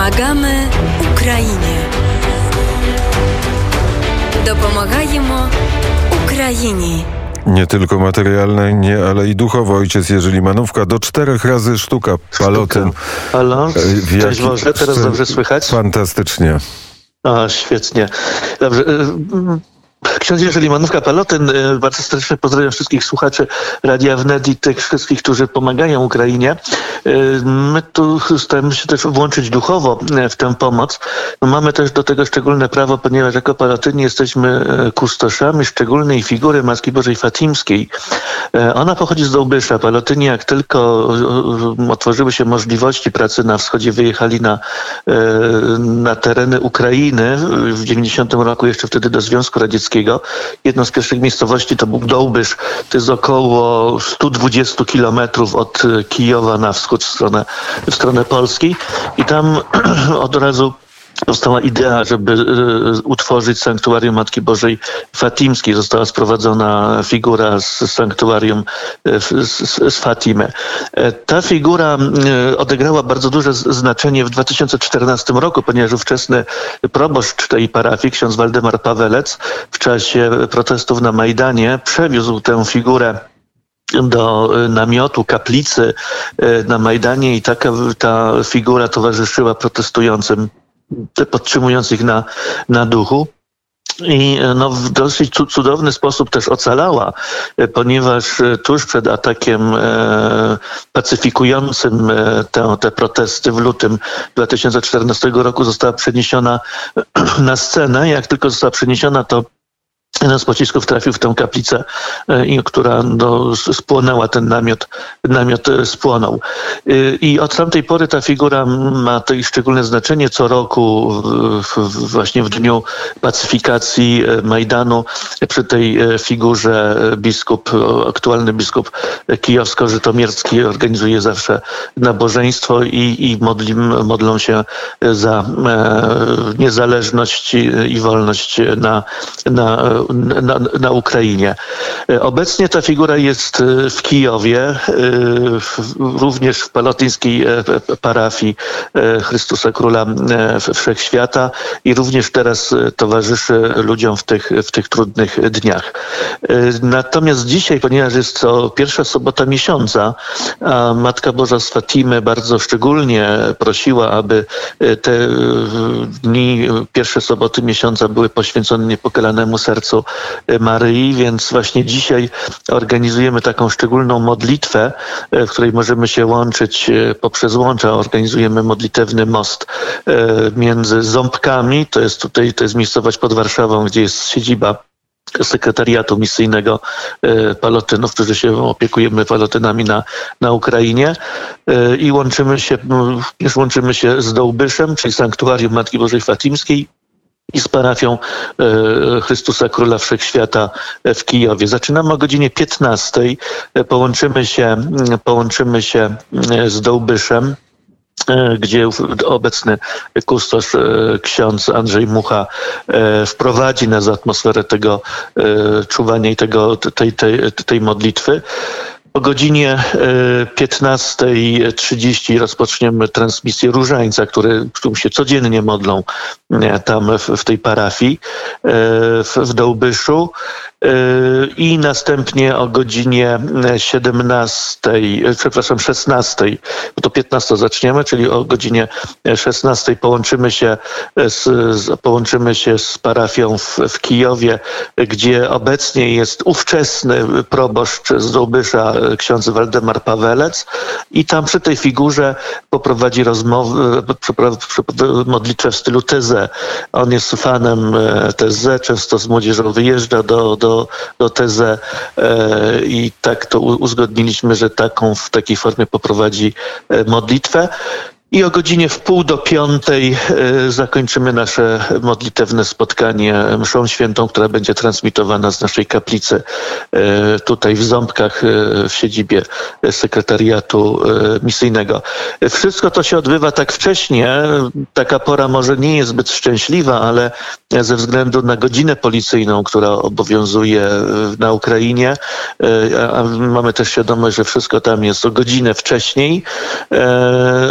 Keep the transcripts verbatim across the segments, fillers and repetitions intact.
Помагаємо Україні. Допомагаємо Україні. Nie tylko materialne, nie, ale i duchowo. Ojciec Jerzy Limanówka, do czterech razy sztuka Palotyn. Halo, cześć Boże, teraz dobrze słychać? Fantastycznie. O, świetnie. Dobrze. Ksiądz Jerzy Limanówka, Palotyn. Bardzo serdecznie pozdrawiam wszystkich słuchaczy Radia Wnet i tych wszystkich, którzy pomagają Ukrainie. My tu staramy się też włączyć duchowo w tę pomoc. No mamy też do tego szczególne prawo, ponieważ jako Palotyni jesteśmy kustoszami szczególnej figury Matki Bożej Fatimskiej. Ona pochodzi z Dołbysza. Palotyni, jak tylko otworzyły się możliwości pracy na wschodzie, wyjechali na, na tereny Ukrainy w dziewięćdziesiątym roku, jeszcze wtedy do Związku Radzieckiego. Jedną z pierwszych miejscowości to był Dołbysz. To jest około sto dwadzieścia kilometrów od Kijowa na wschód, w stronę, w stronę Polski. I tam od razu powstała idea, żeby utworzyć sanktuarium Matki Bożej Fatimskiej. Została sprowadzona figura z sanktuarium z, z Fatimy. Ta figura odegrała bardzo duże znaczenie w dwa tysiące czternastym roku, ponieważ ówczesny proboszcz tej parafii, ksiądz Waldemar Pawelec, w czasie protestów na Majdanie przewiózł tę figurę do namiotu, kaplicy na Majdanie i taka ta figura towarzyszyła protestującym, podtrzymujących na, na duchu. I no, w dosyć cudowny sposób też ocalała, ponieważ tuż przed atakiem e, pacyfikującym e, te, te protesty w lutym dwa tysiące czternastego roku została przeniesiona na scenę. Jak tylko została przeniesiona, to jeden z pocisków trafił w tę kaplicę, i, która no, spłonęła, ten namiot, namiot spłonął. I od tamtej pory ta figura ma to szczególne znaczenie. Co roku w, w, właśnie w dniu pacyfikacji Majdanu przy tej figurze biskup, aktualny biskup kijowsko-żytomierski organizuje zawsze nabożeństwo i, i modli, modlą się za e, niezależność i wolność na, na Na, na Ukrainie. Obecnie ta figura jest w Kijowie, również w palotyńskiej parafii Chrystusa Króla Wszechświata i również teraz towarzyszy ludziom w tych, w tych trudnych dniach. Natomiast dzisiaj, ponieważ jest to pierwsza sobota miesiąca, a Matka Boża z Fatimy bardzo szczególnie prosiła, aby te dni, pierwsze soboty miesiąca były poświęcone niepokalanemu sercu Maryi, więc właśnie dzisiaj organizujemy taką szczególną modlitwę, w której możemy się łączyć poprzez łącza. Organizujemy modlitewny most między Ząbkami, to jest tutaj, to jest miejscowość pod Warszawą, gdzie jest siedziba sekretariatu misyjnego Palotynów, którzy się opiekujemy Palotynami na, na Ukrainie, i łączymy się, już łączymy się z Dołbyszem, czyli sanktuarium Matki Bożej Fatimskiej, i z parafią e, Chrystusa Króla Wszechświata w Kijowie. Zaczynamy o godzinie piętnastej. Połączymy się, połączymy się z Dołbyszem, gdzie obecny kustosz ksiądz Andrzej Mucha wprowadzi nas w atmosferę tego czuwania i tego, tej, tej, tej modlitwy. O godzinie piętnastej trzydzieści rozpoczniemy transmisję Różańca, który, którym się codziennie modlą tam w, w tej parafii w, w Dołbyszu. I następnie o godzinie siedemnastej, przepraszam, szesnastej, bo to piętnastej zaczniemy, czyli o godzinie szesnastej połączymy się z, z, połączymy się z parafią w, w Kijowie, gdzie obecnie jest ówczesny proboszcz z Dołbysza, ksiądz Waldemar Pawelec, i tam przy tej figurze poprowadzi rozmowę, modlitwę w stylu T Z. On jest fanem T Z, często z młodzieżą wyjeżdża do, do do, do T Z i tak to uzgodniliśmy, że taką w takiej formie poprowadzi modlitwę. I o godzinie w pół do piątej y, zakończymy nasze modlitewne spotkanie mszą świętą, która będzie transmitowana z naszej kaplicy y, tutaj w Ząbkach, y, w siedzibie sekretariatu y, misyjnego. Wszystko to się odbywa tak wcześnie. Taka pora może nie jest zbyt szczęśliwa, ale ze względu na godzinę policyjną, która obowiązuje na Ukrainie, y, a mamy też świadomość, że wszystko tam jest o godzinę wcześniej y, albo później,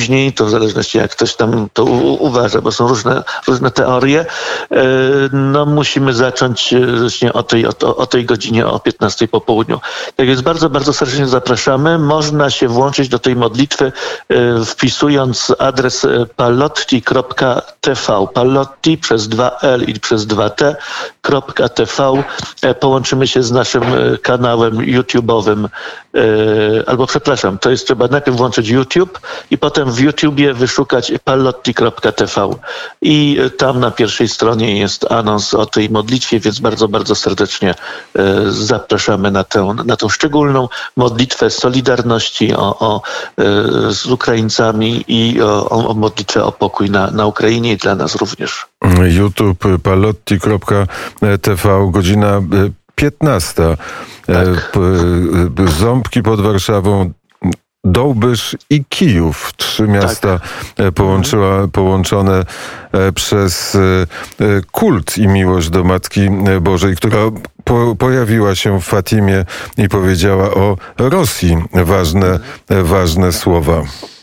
później, to w zależności jak ktoś tam to u- uważa, bo są różne, różne teorie, no musimy zacząć właśnie o tej, o, o tej godzinie o piętnastej po południu. Tak więc bardzo, bardzo serdecznie zapraszamy. Można się włączyć do tej modlitwy wpisując adres palotti kropka t v. Palotti przez dwa L i przez dwa T kropka t v. Połączymy się z naszym kanałem YouTube'owym. Albo przepraszam, to jest trzeba najpierw włączyć YouTube i potem w YouTubie wyszukać palotti kropka t v. I tam na pierwszej stronie jest anons o tej modlitwie, więc bardzo, bardzo serdecznie zapraszamy na tę, na tę szczególną modlitwę solidarności o, o, z Ukraińcami i o, o modlitwę o pokój na, na Ukrainie i dla nas również. YouTube palotti kropka t v, godzina piętnasta. Tak. Ząbki pod Warszawą, Dołbysz i Kijów. Trzy miasta tak. połączyła, połączone przez kult i miłość do Matki Bożej, która po, pojawiła się w Fatimie i powiedziała o Rosji ważne, ważne słowa.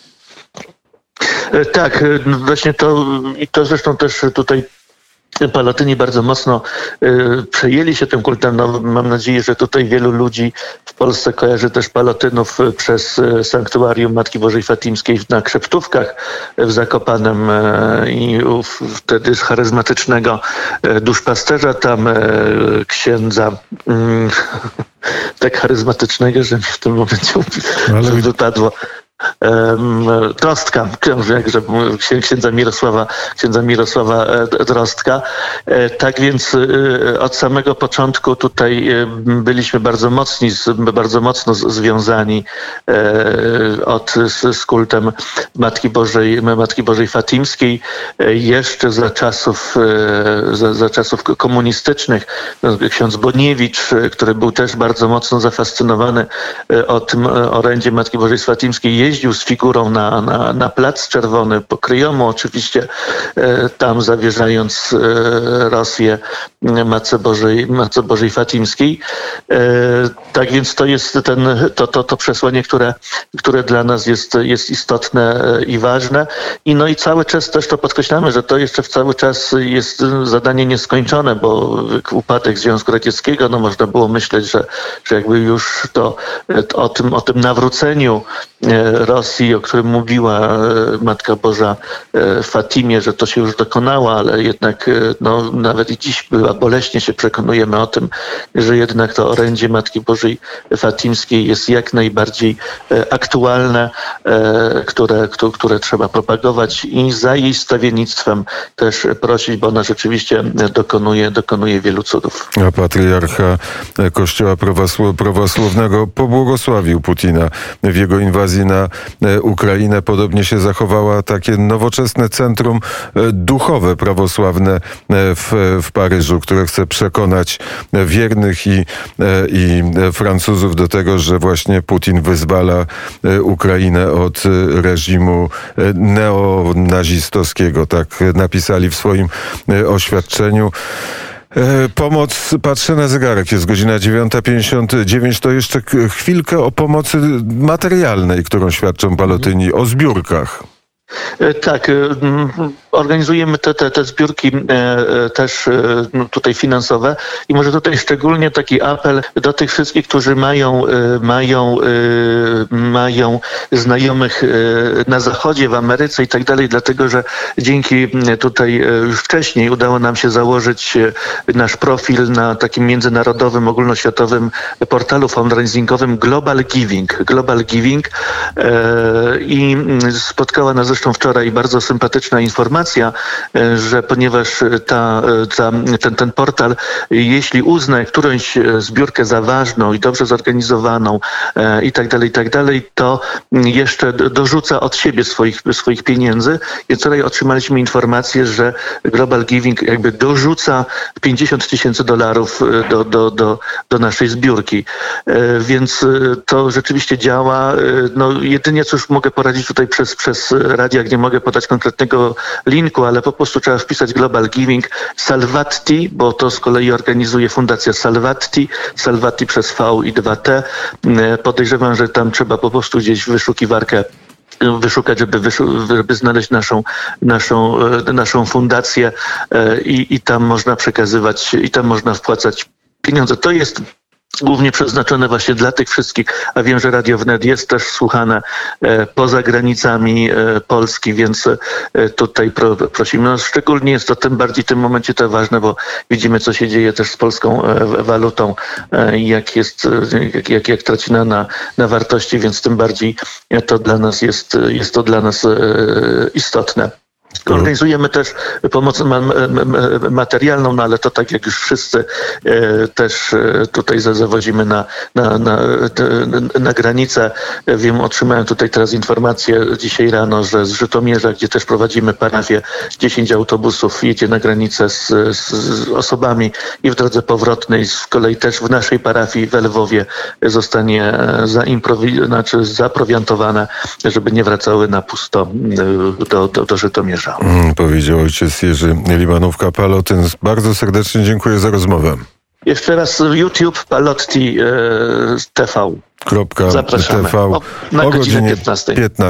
Tak, właśnie to i to zresztą też tutaj Palotyni bardzo mocno y, przejęli się tym kultem. No, mam nadzieję, że tutaj wielu ludzi w Polsce kojarzy też Palotynów przez y, sanktuarium Matki Bożej Fatimskiej na Krzeptówkach w Zakopanem y, i u, wtedy charyzmatycznego y, duszpasterza tam y, księdza y, tak charyzmatycznego, że mi w tym momencie Ale... wypadło. Drostka, jakże księdza Mirosława, księdza Mirosława Drostka. Tak więc od samego początku tutaj byliśmy bardzo mocni, bardzo mocno związani od, z, z kultem Matki Bożej, Matki Bożej Fatimskiej. Jeszcze za czasów, za, za czasów komunistycznych ksiądz Boniewicz, który był też bardzo mocno zafascynowany o tym orędzie Matki Bożej Fatimskiej, jeździł z figurą na, na, na Plac Czerwony, po Kryjomu oczywiście, e, tam zawierzając e, Rosję Matce Bożej, Matce Bożej Fatimskiej. E, tak więc to jest ten, to, to, to przesłanie, które, które dla nas jest, jest istotne i ważne. I no i cały czas też to podkreślamy, że to jeszcze cały czas jest zadanie nieskończone, bo upadek Związku Radzieckiego, no można było myśleć, że, że jakby już to o tym, o tym nawróceniu Rosji, o którym mówiła Matka Boża w Fatimie, że to się już dokonało, ale jednak no, nawet i dziś była, boleśnie się przekonujemy o tym, że jednak to orędzie Matki Bożej Fatimskiej jest jak najbardziej aktualne, które, które trzeba propagować i za jej stawiennictwem też prosić, bo ona rzeczywiście dokonuje, dokonuje wielu cudów. A patriarcha Kościoła prawosławnego pobłogosławił Putina w jego inwazji na Ukrainę. Podobnie się zachowała takie nowoczesne centrum duchowe prawosławne w, w Paryżu, które chce przekonać wiernych i, i Francuzów do tego, że właśnie Putin wyzwala Ukrainę od reżimu neonazistowskiego. Tak napisali w swoim oświadczeniu. Pomoc, patrzę na zegarek, jest godzina dziewiąta pięćdziesiąt dziewięć, to jeszcze chwilkę o pomocy materialnej, którą świadczą Palotyni, o zbiórkach. Tak, organizujemy te, te, te zbiórki też tutaj finansowe i może tutaj szczególnie taki apel do tych wszystkich, którzy mają, mają, mają znajomych na Zachodzie, w Ameryce i tak dalej, dlatego że dzięki tutaj już wcześniej udało nam się założyć nasz profil na takim międzynarodowym, ogólnoświatowym portalu fundraisingowym Global Giving. Global Giving i spotkała nas zresztą wczoraj bardzo sympatyczna informacja, że ponieważ ta, ta, ten, ten portal, jeśli uzna którąś zbiórkę za ważną i dobrze zorganizowaną e, i tak dalej, i tak dalej, to jeszcze dorzuca od siebie swoich, swoich pieniędzy. I wczoraj otrzymaliśmy informację, że Global Giving jakby dorzuca pięćdziesiąt tysięcy dolarów do, do, do, do naszej zbiórki. E, więc to rzeczywiście działa. No, jedynie cóż mogę poradzić tutaj przez, przez radio, jak nie mogę podać konkretnego linku, ale po prostu trzeba wpisać Global Giving Salvatti, bo to z kolei organizuje Fundacja Salvatti, Salvatti przez V i dwa T. Podejrzewam, że tam trzeba po prostu gdzieś w wyszukiwarkę wyszukać, żeby, wyszu- żeby znaleźć naszą, naszą, naszą fundację i, i tam można przekazywać, i tam można wpłacać pieniądze. To jest głównie przeznaczone właśnie dla tych wszystkich, a wiem, że Radio Wnet jest też słuchane e, poza granicami e, Polski, więc e, tutaj pro, prosimy. No, szczególnie jest to tym bardziej w tym momencie to ważne, bo widzimy, co się dzieje też z polską e, walutą e, i jak jest, jak, jak, jak traci na, na, na wartości, więc tym bardziej to dla nas jest, jest to dla nas e, istotne. Organizujemy też pomoc ma- ma- materialną, no ale to tak jak już wszyscy e, też e, tutaj za- zawodzimy na, na, na, na granicę. Wiem, otrzymałem tutaj teraz informację dzisiaj rano, że z Żytomierza, gdzie też prowadzimy parafię, dziesięć autobusów jedzie na granicę z, z, z osobami i w drodze powrotnej z kolei też w naszej parafii w Lwowie zostanie zaimprowi- znaczy zaprowiantowane, żeby nie wracały na pusto do, do, do Żytomierza. Mm, powiedział ojciec Jerzy Limanówka-Palotyn. Bardzo serdecznie dziękuję za rozmowę. Jeszcze raz YouTube Palotti e, T V. Kropka Zapraszamy. T V O, na o godzinę godzinie piętnastej. piętnastej.